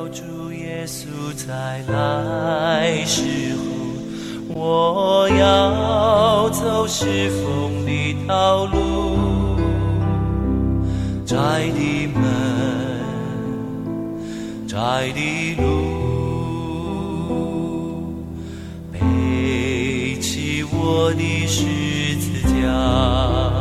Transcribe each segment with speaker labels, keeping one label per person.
Speaker 1: 主耶稣再来时候，我要走是风的道路，窄的门，窄的路，背起我的十字架。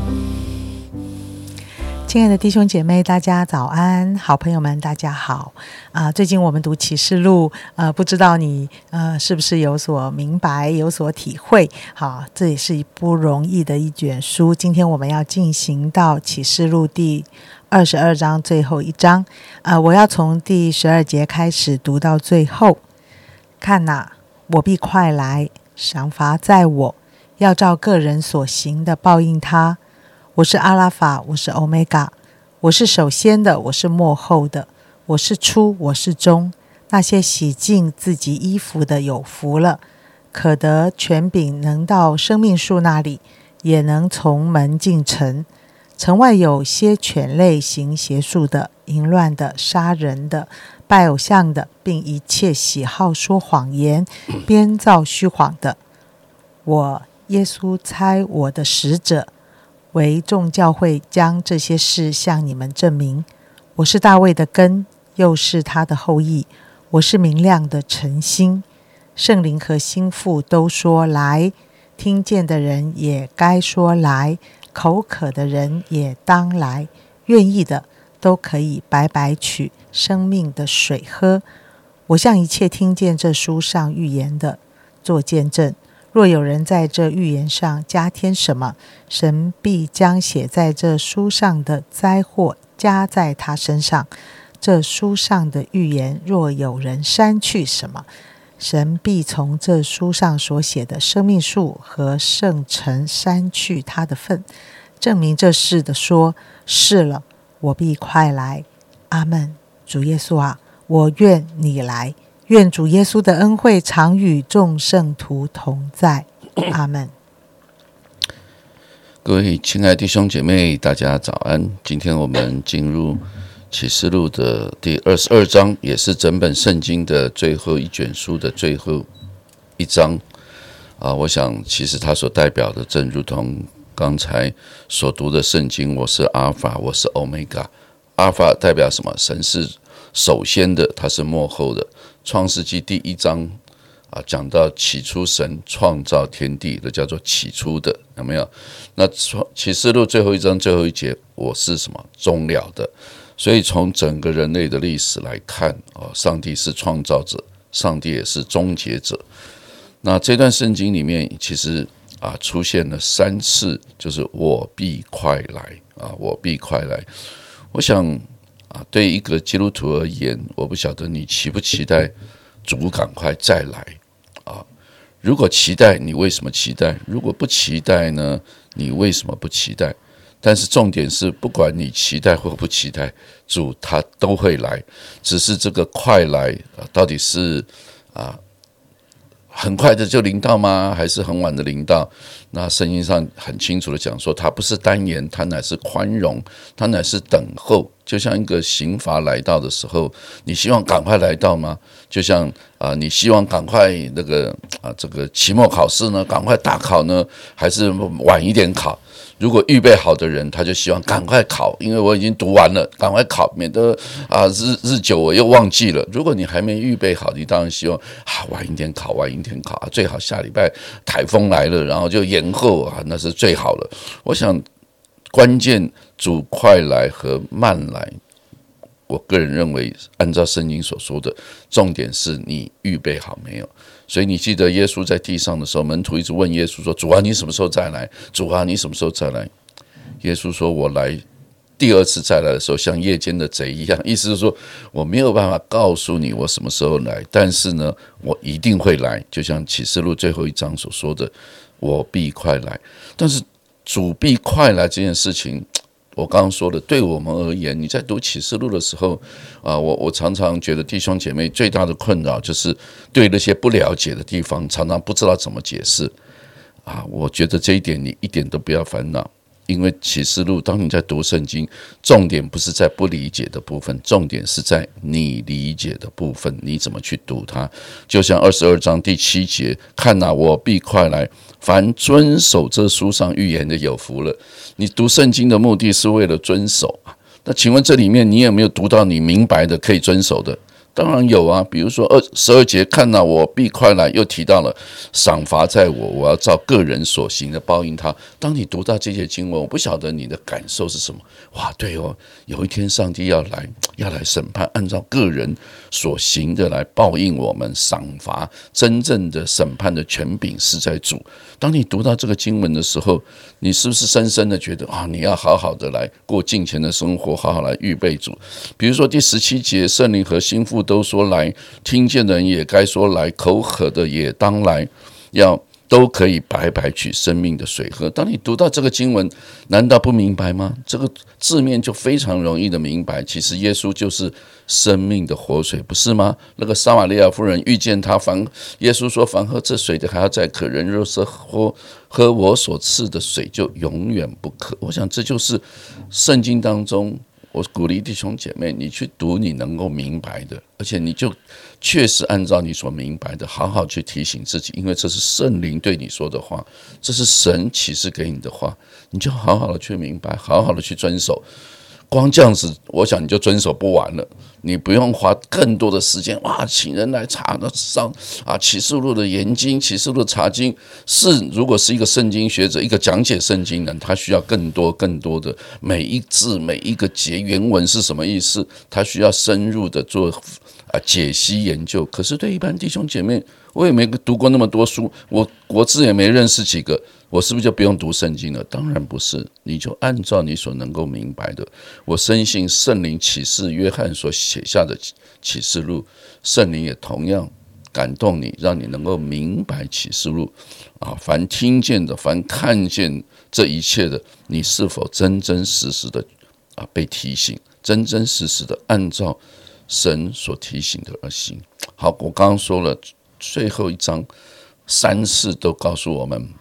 Speaker 2: 亲爱的弟兄姐妹，大家早安！好朋友们，大家好！最近我们读启示录，不知道你是不是有所明白、有所体会？好，这也是不容易的一卷书。今天我们要进行到启示录第22章最后一章。我要从第12节开始读到最后。看哪，我必快来，赏罚在我，要照个人所行的报应他。我是阿拉法，我是欧米伽，我是首先的，我是末后的，我是初，我是终。那些洗净自己衣服的有福了，可得权柄，能到生命树那里，也能从门进城。城外有些犬类，行邪术的，淫乱的，杀人的，拜偶像的，并一切喜好说谎言、编造虚谎的。我耶稣差我的使者为众教会将这些事向你们证明。我是大卫的根，又是他的后裔。我是明亮的晨星。圣灵和心腹都说来，听见的人也该说来，口渴的人也当来，愿意的都可以白白取生命的水喝。我向一切听见这书上预言的做见证。若有人在这预言上加添什么，神必将写在这书上的灾祸加在他身上。这书上的预言若有人删去什么，神必从这书上所写的生命树和圣城删去他的份。证明这事的说，是了，我必快来。阿们。主耶稣啊，我愿你来。愿主耶稣的恩惠常与众圣徒同在。阿们。
Speaker 3: 各位亲爱的弟兄姐妹，大家早安。今天我们进入启示录的第22章，也是整本圣经的最后一卷书的最后一章。我想其实它所代表的，正如同刚才所读的圣经，我是阿尔法，我是欧米伽。阿尔法代表什么？神是首先的，他是末后的。创世纪第1章讲到起初神创造天地，这叫做起初的，有没有？那启示录最后一章最后一节，我是什么？终了的。所以从整个人类的历史来看，上帝是创造者，上帝也是终结者。那这段圣经里面其实出现了3次，就是我必快来我必快来。我想对一个基督徒而言，我不晓得你期不期待主赶快再来如果期待，你为什么期待？如果不期待呢？你为什么不期待？但是重点是，不管你期待或不期待，主他都会来。只是这个快来到底是很快的就临到吗？还是很晚的临到？那圣经上很清楚的讲说，它不是单言，它乃是宽容，它乃是等候。就像一个刑罚来到的时候，你希望赶快来到吗？就像你希望赶快这个期末考试呢，赶快大考呢，还是晚一点考？如果预备好的人，他就希望赶快考，因为我已经读完了，赶快考，免得日久我又忘记了。如果你还没预备好，你当然希望晚一点考，晚一点考最好下礼拜台风来了，然后就延后那是最好了。我想关键主快来和慢来，我个人认为，按照圣经所说的，重点是你预备好没有。所以你记得耶稣在地上的时候，门徒一直问耶稣说：“主啊，你什么时候再来？主啊，你什么时候再来？”耶稣说：“我来第2次再来的时候，像夜间的贼一样。”意思是说，我没有办法告诉你我什么时候来，但是呢，我一定会来。就像启示录最后一章所说的：“我必快来。”但是主必快来这件事情，我刚刚说的，对我们而言，你在读启示录的时候我常常觉得弟兄姐妹最大的困扰就是对那些不了解的地方常常不知道怎么解释我觉得这一点你一点都不要烦恼， 因为启示录当你在读圣经，重点不是在不理解的部分，重点是在你理解的部分，你怎么去读它。就像22章第7节，看啊，我必快来，凡遵守这书上预言的有福了。你读圣经的目的是为了遵守，那请问这里面你有没有读到你明白的可以遵守的？当然有啊，比如说12节，看啊，我必快来，又提到了赏罚在我，我要照个人所行的报应他。当你读到这些经文，我不晓得你的感受是什么。哇，对哦，有一天上帝要来审判，按照个人所行的来报应我们，赏罚，真正的审判的权柄是在主。当你读到这个经文的时候，你是不是深深的觉得啊，你要好好的来过敬虔的生活，好好来预备主？比如说第17节，圣灵和心腹都说来，听见的人也该说来，口渴的也当来，都可以白白取生命的水喝。当你读到这个经文，难道不明白吗？这个字面就非常容易的明白，其实耶稣就是生命的活水，不是吗？那个撒玛利亚妇人遇见他，耶稣说，凡喝这水的还要再渴，人若是喝我所赐的水，就永远不渴。我想这就是圣经当中，我鼓励弟兄姐妹，你去读你能够明白的，而且你就确实按照你所明白的好好去提醒自己，因为这是圣灵对你说的话，这是神启示给你的话，你就好好的去明白，好好的去遵守。光这样子，我想你就遵守不完了。你不用花更多的时间，请人来查上启示录的研经，启示录的查经如果是一个圣经学者，一个讲解圣经人，他需要更多的每一字每一个节原文是什么意思，他需要深入的做解析研究。可是对一般弟兄姐妹，我也没读过那么多书，我国字也没认识几个，我是不是就不用读圣经了？当然不是，你就按照你所能够明白的。我深信圣灵启示约翰所写下的启示录，圣灵也同样感动你，让你能够明白启示录凡听见的，凡看见这一切的，你是否真真实实的被提醒，真真实实的按照神所提醒的而行。好，我刚刚说了，最后一章3次都告诉我们，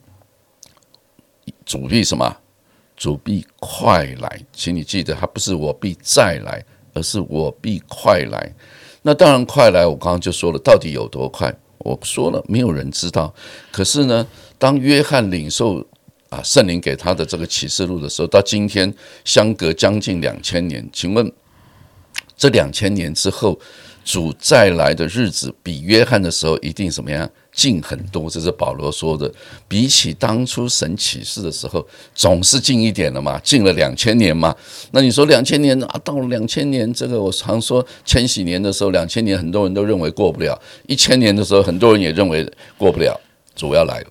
Speaker 3: 主必什么？主必快来。请你记得，它不是我必再来，而是我必快来。那当然快来，我刚刚就说了，到底有多快？我说了，没有人知道。可是呢，当约翰领受圣灵给他的这个启示录的时候，到今天相隔将近2000年，请问这2000年之后，主再来的日子比约翰的时候一定怎么样？近很多，这是保罗说的。比起当初神启示的时候，总是近一点了嘛，近了2000年嘛。那你说2000年到了2000年，这个我常说，千禧年的时候，2000年很多人都认为过不了；1000年的时候，很多人也认为过不了。主要来了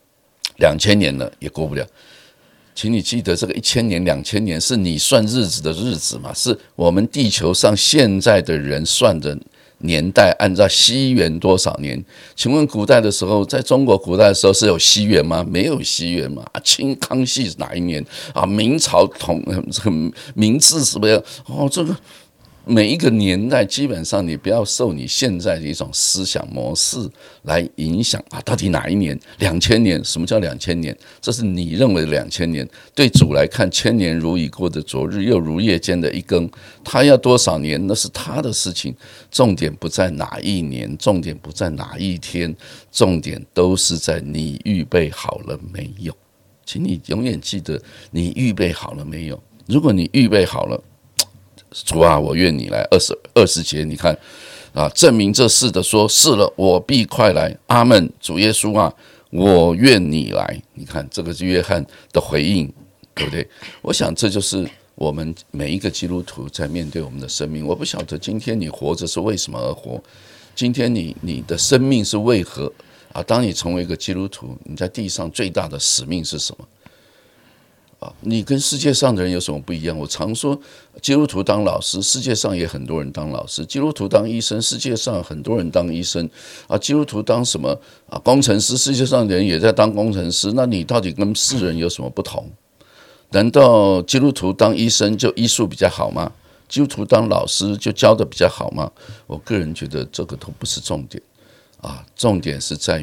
Speaker 3: ，2000年了也过不了。请你记得，这个1000年、2000年是你算日子的日子嘛？是我们地球上现在的人算的年代，按照西元多少年？请问古代的时候，在中国古代的时候是有西元吗？没有西元嘛。清康熙是哪一年明朝明治什么样？这个每一个年代，基本上你不要受你现在的一种思想模式来影响到底哪一年？2000年？什么叫2000年？这是你认为的2000年。对主来看，1000年如已过的昨日，又如夜间的一更。他要多少年，那是他的事情。重点不在哪一年，重点不在哪一天，重点都是在你预备好了没有。请你永远记得，你预备好了没有？如果你预备好了，主啊，我愿你来。20节，你看证明这事的说，是了，我必快来。阿们。主耶稣啊，我愿你来。你看，这个是约翰的回应，对不对？我想这就是我们每一个基督徒在面对我们的生命。我不晓得今天你活着是为什么而活，今天你的生命是为何当你成为一个基督徒，你在地上最大的使命是什么？你跟世界上的人有什么不一样？我常说，基督徒当老师，世界上也很多人当老师；基督徒当医生，世界上很多人当医生基督徒当什么工程师，世界上的人也在当工程师。那你到底跟世人有什么不同？难道基督徒当医生就医术比较好吗？基督徒当老师就教得比较好吗？我个人觉得这个都不是重点重点是在于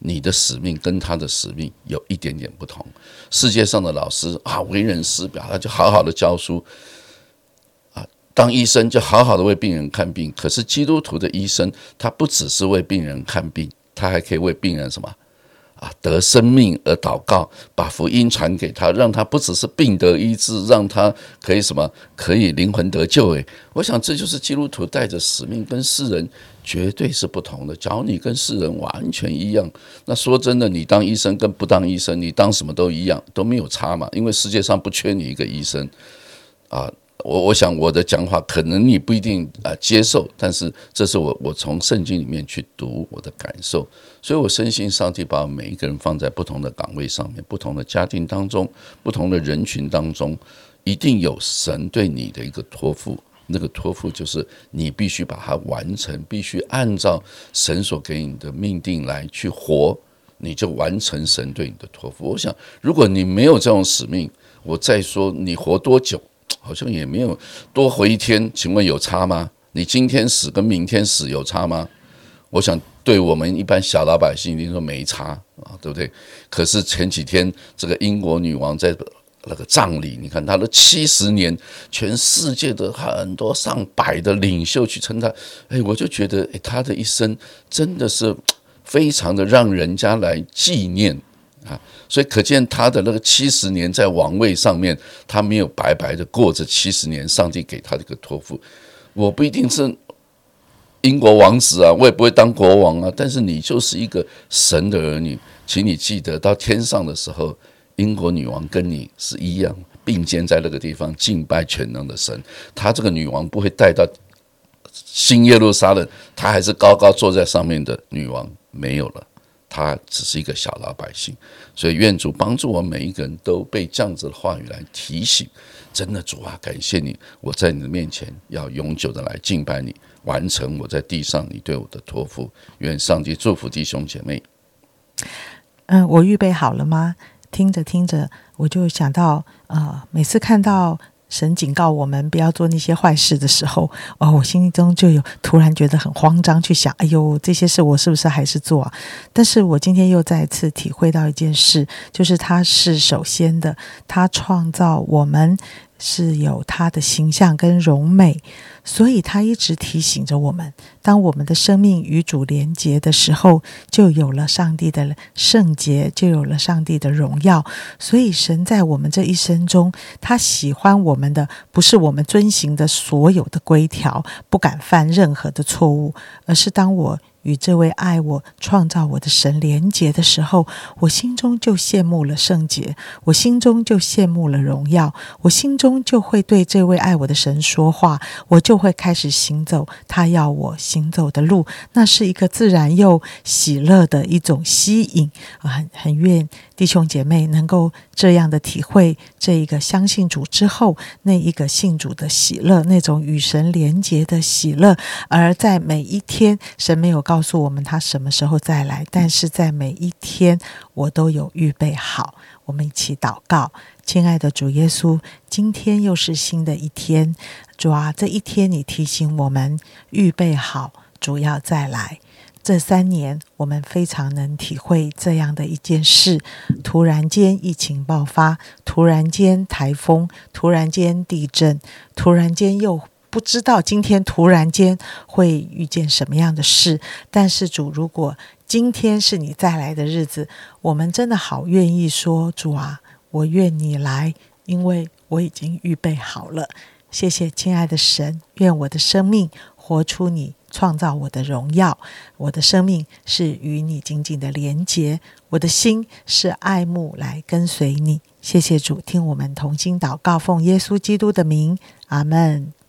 Speaker 3: 你的使命跟他的使命有一点点不同。世界上的老师为人师表，他就好好的教书当医生就好好的为病人看病。可是基督徒的医生，他不只是为病人看病，他还可以为病人什么得生命而祷告，把福音传给他，让他不只是病得医治，让他可以什么，可以灵魂得救。我想这就是基督徒带着使命，跟世人绝对是不同的。假如你跟世人完全一样，那说真的，你当医生跟不当医生，你当什么都一样，都没有差嘛，因为世界上不缺你一个医生我想我的讲法可能你不一定接受，但是这是我从圣经里面去读我的感受。所以我深信上帝把我们每一个人放在不同的岗位上面，不同的家庭当中，不同的人群当中，一定有神对你的一个托付。那个托付就是你必须把它完成，必须按照神所给你的命定来去活，你就完成神对你的托付。我想如果你没有这种使命，我再说你活多久好像也没有，多活一天请问有差吗？你今天死跟明天死有差吗？我想对我们一般小老百姓一定说没差对不对？可是前几天这个英国女王在那个葬礼，你看她的70年，全世界的很多上百的领袖去称她，我就觉得她的一生真的是非常的让人家来纪念所以可见他的那个70年在王位上面，他没有白白的过着70年上帝给他的一个托付。我不一定是英国王子我也不会当国王但是你就是一个神的儿女，请你记得到天上的时候，英国女王跟你是一样并肩在那个地方敬拜全能的神。她这个女王不会带到新耶路撒冷，她还是高高坐在上面的女王，没有了，他只是一个小老百姓。所以愿主帮助我们每一个人都被这样子的话语来提醒，真的主感谢你，我在你的面前要永久的来敬拜你，完成我在地上你对我的托付。愿上帝祝福弟兄姐妹。
Speaker 2: 我预备好了吗？听着听着我就想到每次看到神警告我们不要做那些坏事的时候我心中就有突然觉得很慌张，去想这些事我是不是还是做但是我今天又再一次体会到一件事，就是他是首先的，他创造我们是有他的形象跟荣美，所以他一直提醒着我们，当我们的生命与主连结的时候，就有了上帝的圣洁，就有了上帝的荣耀。所以神在我们这一生中，他喜欢我们的不是我们遵行的所有的规条，不敢犯任何的错误，而是当我与这位爱我创造我的神连结的时候，我心中就羡慕了圣洁，我心中就羡慕了荣耀，我心中就会对这位爱我的神说话，我就会开始行走他要我行走的路。那是一个自然又喜乐的一种吸引很愿弟兄姐妹能够这样的体会这一个相信主之后那一个信主的喜乐，那种与神连结的喜乐。而在每一天，神没有告诉我们他什么时候再来，但是在每一天我都有预备好。我们一起祷告。亲爱的主耶稣，今天又是新的一天，主这一天你提醒我们预备好主要再来。这3年我们非常能体会这样的一件事，突然间疫情爆发，突然间台风，突然间地震，突然间又不知道今天突然间会遇见什么样的事。但是主，如果今天是你再来的日子，我们真的好愿意说，主我愿你来，因为我已经预备好了。谢谢亲爱的神，愿我的生命活出你创造我的荣耀，我的生命是与你紧紧的连结，我的心是爱慕来跟随你。谢谢主，听我们同心祷告，奉耶稣基督的名，阿们。